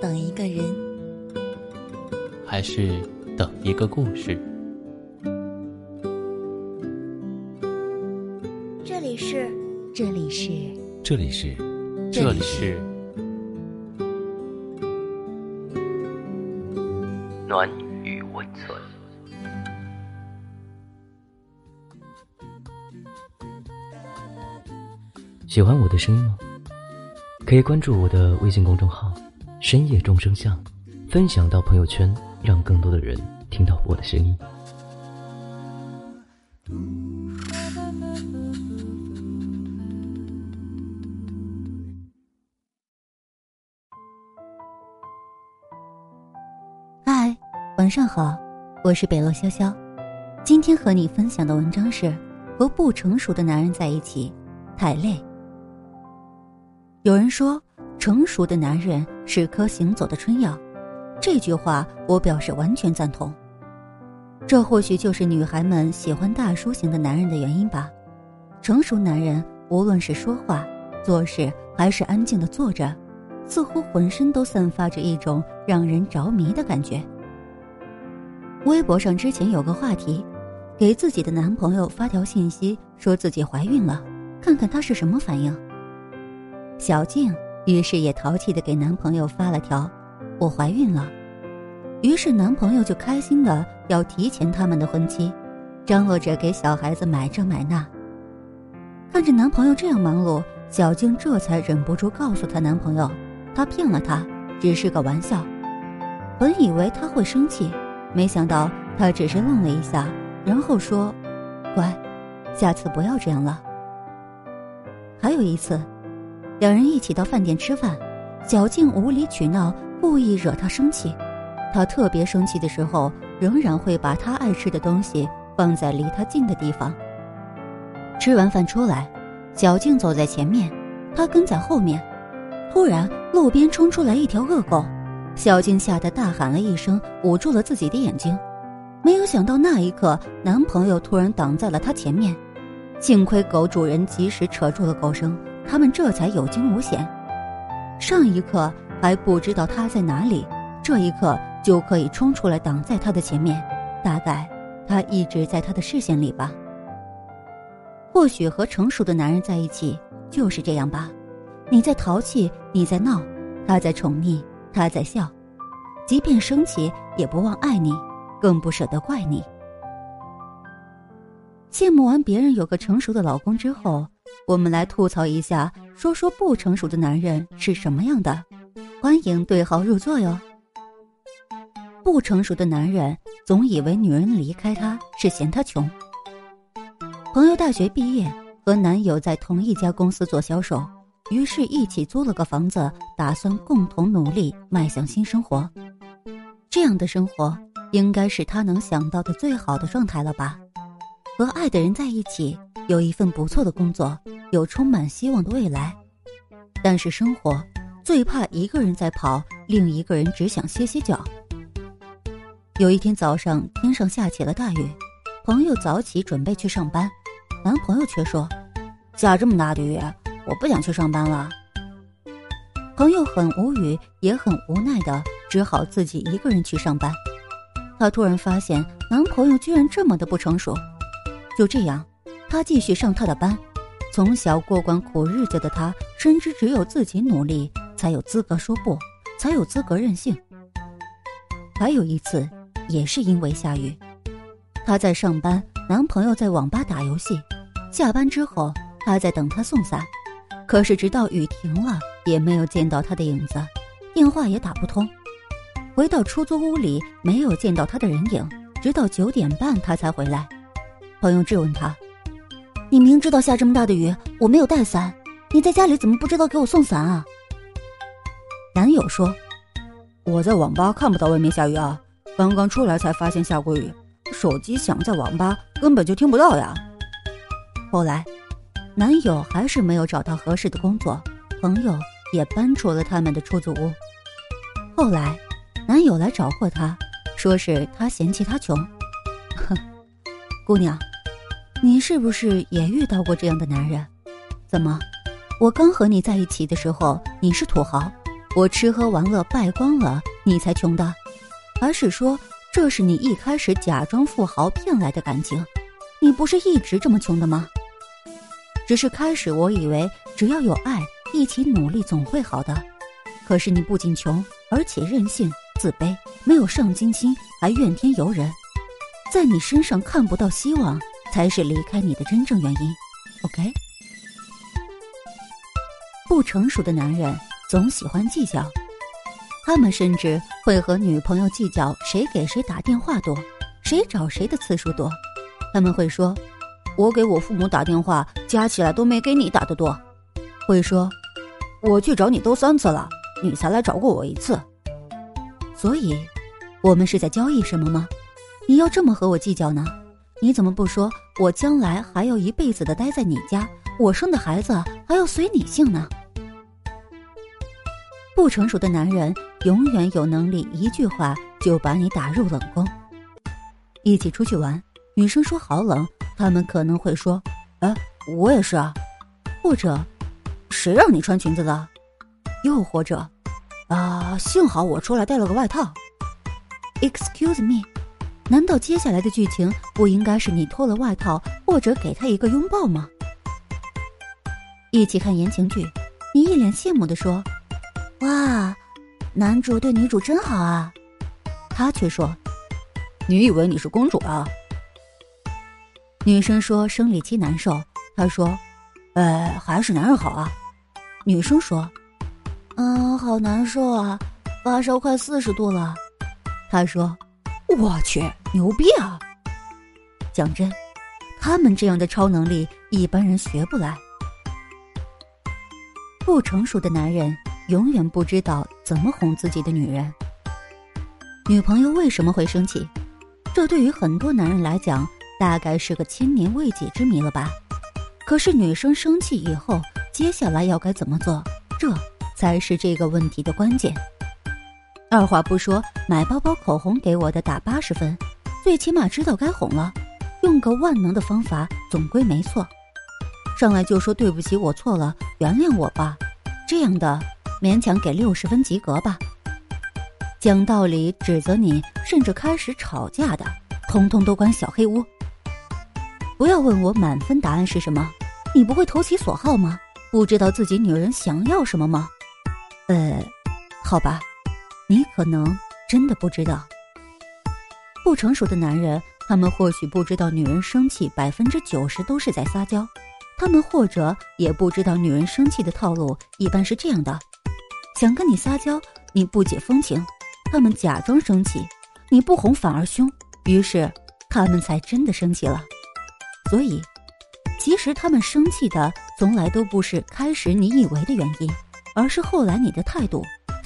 等一个人， 还是等一个故事？ 这里是暖与温存。 喜欢我的声音吗？可以关注我的微信公众号深夜众生相，分享到朋友圈，让更多的人听到我的声音。 嗨，晚上好，我是北落潇潇。今天和你分享的文章是和不成熟的男人在一起太累。有人说成熟的男人是棵行走的春药，这句话我表示完全赞同。这或许就是女孩们喜欢大叔型的男人的原因吧。成熟男人无论是说话做事还是安静地坐着，似乎浑身都散发着一种让人着迷的感觉。微博上之前有个话题，给自己的男朋友发条信息说自己怀孕了，看看他是什么反应。小静于是也淘气地给男朋友发了条我怀孕了，于是男朋友就开心地要提前他们的婚期，张罗着给小孩子买这买那。看着男朋友这样忙碌，小静这才忍不住告诉她男朋友，她骗了他，只是个玩笑。本以为他会生气，没想到他只是愣了一下，然后说乖，下次不要这样了。还有一次，两人一起到饭店吃饭，小静无理取闹，故意惹他生气。他特别生气的时候，仍然会把他爱吃的东西放在离他近的地方。吃完饭出来，小静走在前面，他跟在后面。突然路边冲出来一条恶狗，小静吓得大喊了一声，捂住了自己的眼睛。没有想到那一刻，男朋友突然挡在了他前面，幸亏狗主人及时扯住了狗绳，他们这才有惊无险。上一刻还不知道他在哪里，这一刻就可以冲出来挡在他的前面，大概他一直在他的视线里吧。或许和成熟的男人在一起就是这样吧，你在淘气，你在闹，他在宠溺，他在笑，即便生气也不忘爱你，更不舍得怪你。羡慕完别人有个成熟的老公之后，我们来吐槽一下，说说不成熟的男人是什么样的。欢迎对号入座哟。不成熟的男人总以为女人离开他是嫌他穷。朋友大学毕业，和男友在同一家公司做销售，于是一起租了个房子，打算共同努力迈向新生活。这样的生活应该是他能想到的最好的状态了吧。和爱的人在一起，有一份不错的工作，有充满希望的未来。但是生活最怕一个人在跑，另一个人只想歇歇脚。有一天早上，天上下起了大雨，朋友早起准备去上班，男朋友却说，下这么大的雨，我不想去上班了。朋友很无语，也很无奈的，只好自己一个人去上班。她突然发现男朋友居然这么的不成熟。就这样，她继续上她的班。从小过惯苦日子的她，深知只有自己努力，才有资格说不，才有资格任性。还有一次，也是因为下雨，她在上班，男朋友在网吧打游戏。下班之后，她在等他送伞，可是直到雨停了，也没有见到他的影子，电话也打不通。回到出租屋里，没有见到他的人影，直到9点半他才回来。朋友质问他，你明知道下这么大的雨，我没有带伞，你在家里怎么不知道给我送伞啊？男友说，我在网吧看不到外面下雨啊，刚刚出来才发现下过雨，手机响在网吧根本就听不到呀。后来男友还是没有找到合适的工作，朋友也搬出了他们的出租屋。后来男友来找过她，说是他嫌弃她穷。姑娘，你是不是也遇到过这样的男人？怎么，我刚和你在一起的时候你是土豪， 我吃喝玩乐败光了你才穷的，而是说这是你一开始假装富豪骗来的感情。你不是一直这么穷的吗？只是开始我以为只要有爱，一起努力总会好的。可是你不仅穷，而且任性、自卑，没有上进心，还怨天尤人。在你身上看不到希望，才是离开你的真正原因。OK？ 不成熟的男人总喜欢计较，他们甚至会和女朋友计较谁给谁打电话多，谁找谁的次数多。他们会说，我给我父母打电话加起来都没给你打得多。会说，我去找你都3次了，你才来找过我1次。所以我们是在交易什么吗？你要这么和我计较呢？你怎么不说我将来还要一辈子的待在你家，我生的孩子还要随你姓呢？不成熟的男人永远有能力一句话就把你打入冷宫。一起出去玩，女生说好冷，他们可能会说，我也是啊。或者，谁让你穿裙子的？又或者，幸好我出来带了个外套。Excuse me， 难道接下来的剧情不应该是你脱了外套，或者给他一个拥抱吗？一起看言情剧，你一脸羡慕地说，哇，男主对女主真好啊。他却说，你以为你是公主啊？女生说生理期难受，他说，还是男人好啊。女生说，好难受啊，发烧快40度了。他说，我去，牛逼啊。讲真，他们这样的超能力一般人学不来。不成熟的男人永远不知道怎么哄自己的女人。女朋友为什么会生气？这对于很多男人来讲，大概是个千年未解之谜了吧。可是女生生气以后，接下来要该怎么做？这才是这个问题的关键。二话不说，买包包口红给我的打80分，最起码知道该哄了。用个万能的方法总归没错。上来就说对不起，我错了，原谅我吧，这样的勉强给60分及格吧。讲道理指责你，甚至开始吵架的，通通都关小黑屋。不要问我满分答案是什么，你不会投其所好吗？不知道自己女人想要什么吗？好吧，你可能真的不知道。不成熟的男人，他们或许不知道女人生气90%都是在撒娇，他们或者也不知道女人生气的套路一般是这样的：想跟你撒娇，你不解风情，他们假装生气，你不哄反而凶，于是他们才真的生气了。所以其实他们生气的从来都不是开始你以为的原因，而是后来你的态度。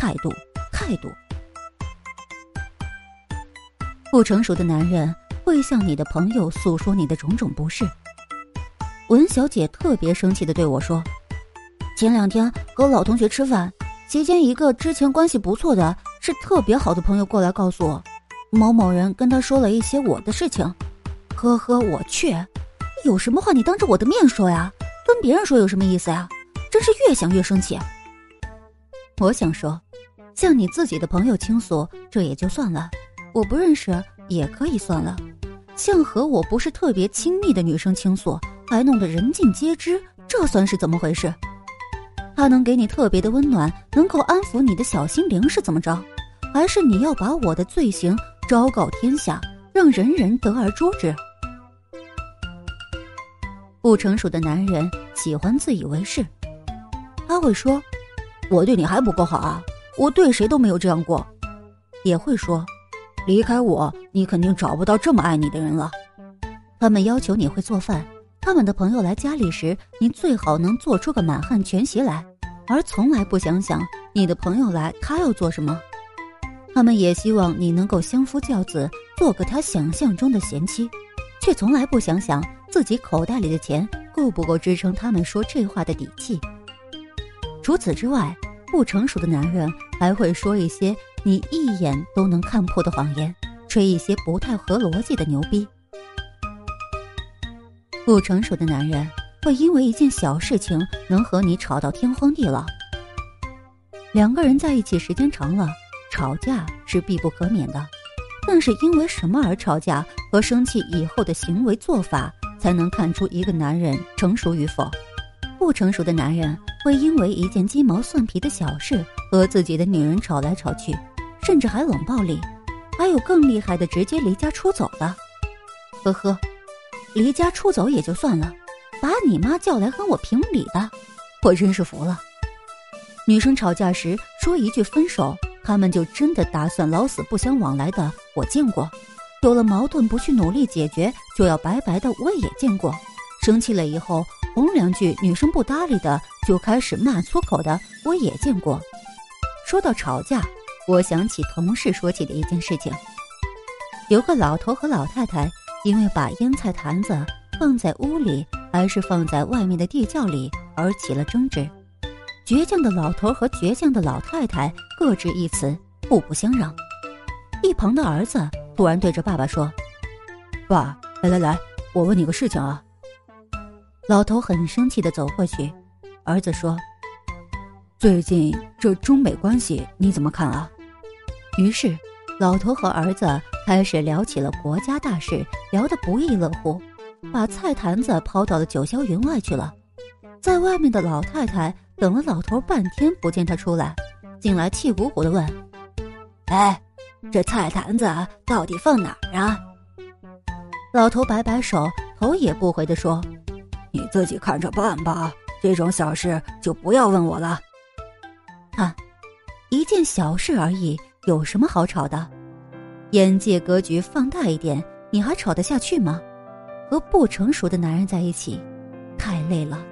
不成熟的男人会向你的朋友诉说你的种种不是。文小姐特别生气地对我说，前2天和老同学吃饭，期间一个之前关系不错的是特别好的朋友过来告诉我，某某人跟他说了一些我的事情。呵呵，我去，有什么话你当着我的面说呀，跟别人说有什么意思呀？真是越想越生气。我想说，向你自己的朋友倾诉这也就算了，我不认识也可以算了，向和我不是特别亲密的女生倾诉，还弄得人尽皆知，这算是怎么回事？他能给你特别的温暖，能够安抚你的小心灵是怎么着？还是你要把我的罪行昭告天下，让人人得而诛之？不成熟的男人喜欢自以为是，他会说，我对你还不够好啊，我对谁都没有这样过。也会说，离开我，你肯定找不到这么爱你的人了。他们要求你会做饭，他们的朋友来家里时，你最好能做出个满汉全席来，而从来不想想你的朋友来他要做什么。他们也希望你能够相夫教子，做个他想象中的贤妻，却从来不想想自己口袋里的钱够不够支撑他们说这话的底气。除此之外，不成熟的男人还会说一些你一眼都能看破的谎言，吹一些不太合逻辑的牛逼。不成熟的男人会因为一件小事情能和你吵到天荒地老。 两个人在一起时间长了，吵架是必不可免的。但是因为什么而吵架和生气以后的行为做法，才能看出一个男人成熟与否。不成熟的男人会因为一件鸡毛蒜皮的小事和自己的女人吵来吵去，甚至还冷暴力，还有更厉害的直接离家出走的。呵呵，离家出走也就算了，把你妈叫来跟我评理的，我真是服了。女生吵架时说一句分手，他们就真的打算老死不相往来的，我见过。有了矛盾不去努力解决就要拜拜的，我也见过。生气了以后哄两句女生不搭理的就开始骂粗口的，我也见过。说到吵架，我想起同事说起的一件事情。有个老头和老太太因为把腌菜坛子放在屋里还是放在外面的地窖里而起了争执。倔强的老头和倔强的老太太各执一词，互不相让。一旁的儿子突然对着爸爸说：爸，来，我问你个事情啊。老头很生气地走过去，儿子说：最近这中美关系你怎么看啊？于是老头和儿子开始聊起了国家大事，聊得不亦乐乎，把菜坛子抛到了九霄云外去了。在外面的老太太等了老头半天不见他出来，进来气鼓鼓地问：哎，这菜坛子到底放哪儿啊？老头摆摆手，头也不回地说：你自己看着办吧，这种小事就不要问我了。看，一件小事而已，有什么好吵的？眼界格局放大一点，你还吵得下去吗？和不成熟的男人在一起，太累了。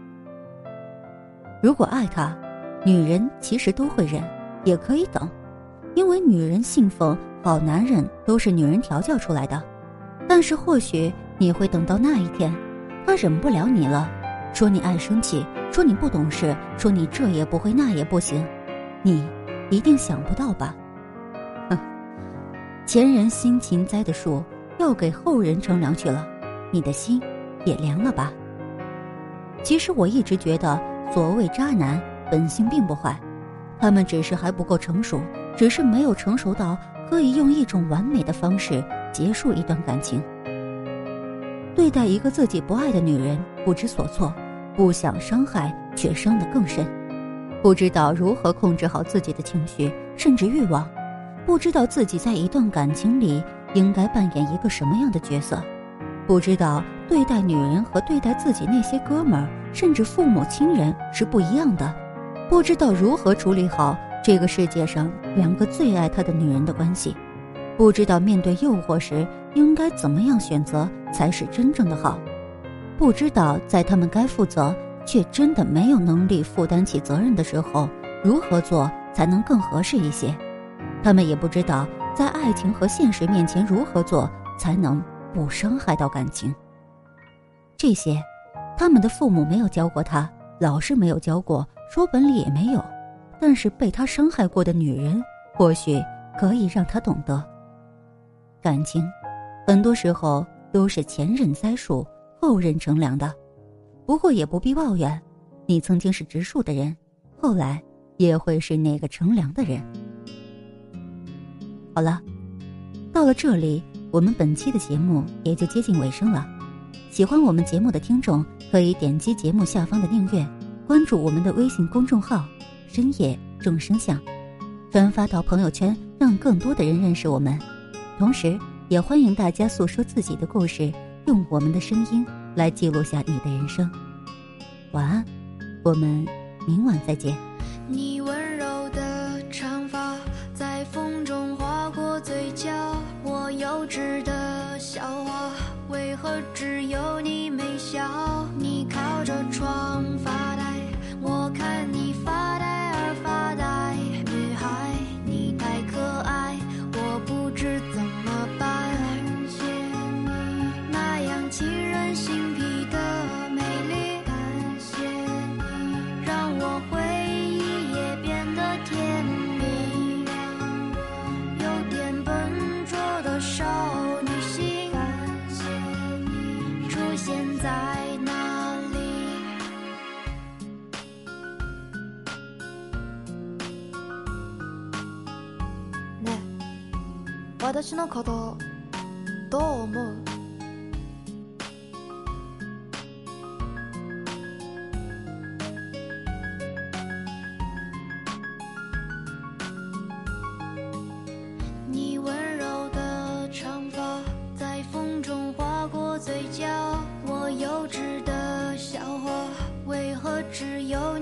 如果爱他，女人其实都会忍，也可以等，因为女人信奉好男人都是女人调教出来的。但是或许你会等到那一天，他忍不了你了，说你爱生气，说你不懂事，说你这也不会那也不行，你一定想不到吧？哼，前人辛勤栽的树，要给后人乘凉去了，你的心也凉了吧？其实我一直觉得，所谓渣男本性并不坏，他们只是还不够成熟，只是没有成熟到可以用一种完美的方式结束一段感情。对待一个自己不爱的女人，不知所措，不想伤害却伤得更深，不知道如何控制好自己的情绪甚至欲望，不知道自己在一段感情里应该扮演一个什么样的角色，不知道对待女人和对待自己那些哥们儿甚至父母亲人是不一样的，不知道如何处理好这个世界上两个最爱他的女人的关系，不知道面对诱惑时应该怎么样选择才是真正的好，不知道在他们该负责却真的没有能力负担起责任的时候，如何做才能更合适一些。他们也不知道在爱情和现实面前如何做才能不伤害到感情。这些他们的父母没有教过他，老师没有教过，书本里也没有，但是被他伤害过的女人或许可以让他懂得。感情很多时候都是前任栽树，后任乘凉的，不过也不必抱怨，你曾经是植树的人，后来也会是那个乘凉的人。好了，到了这里，我们本期的节目也就接近尾声了。喜欢我们节目的听众可以点击节目下方的订阅，关注我们的微信公众号深夜众生相，转发到朋友圈，让更多的人认识我们。同时也欢迎大家诉说自己的故事，用我们的声音来记录下你的人生。晚安，我们明晚再见。 你温柔的长发在风中划过嘴角，我幼稚的笑话为何只有你没笑？你靠着窗发呆，我看你发呆而发呆。女孩你太可爱，我不知怎么办。感谢你那样沁人心脾的美丽，感谢你让我回忆也变得甜蜜，让我有点笨拙的少女心。感谢你出现在那里， 私のことどう思う？你温柔的长发在风中划过嘴角，我幼稚的笑话为何只有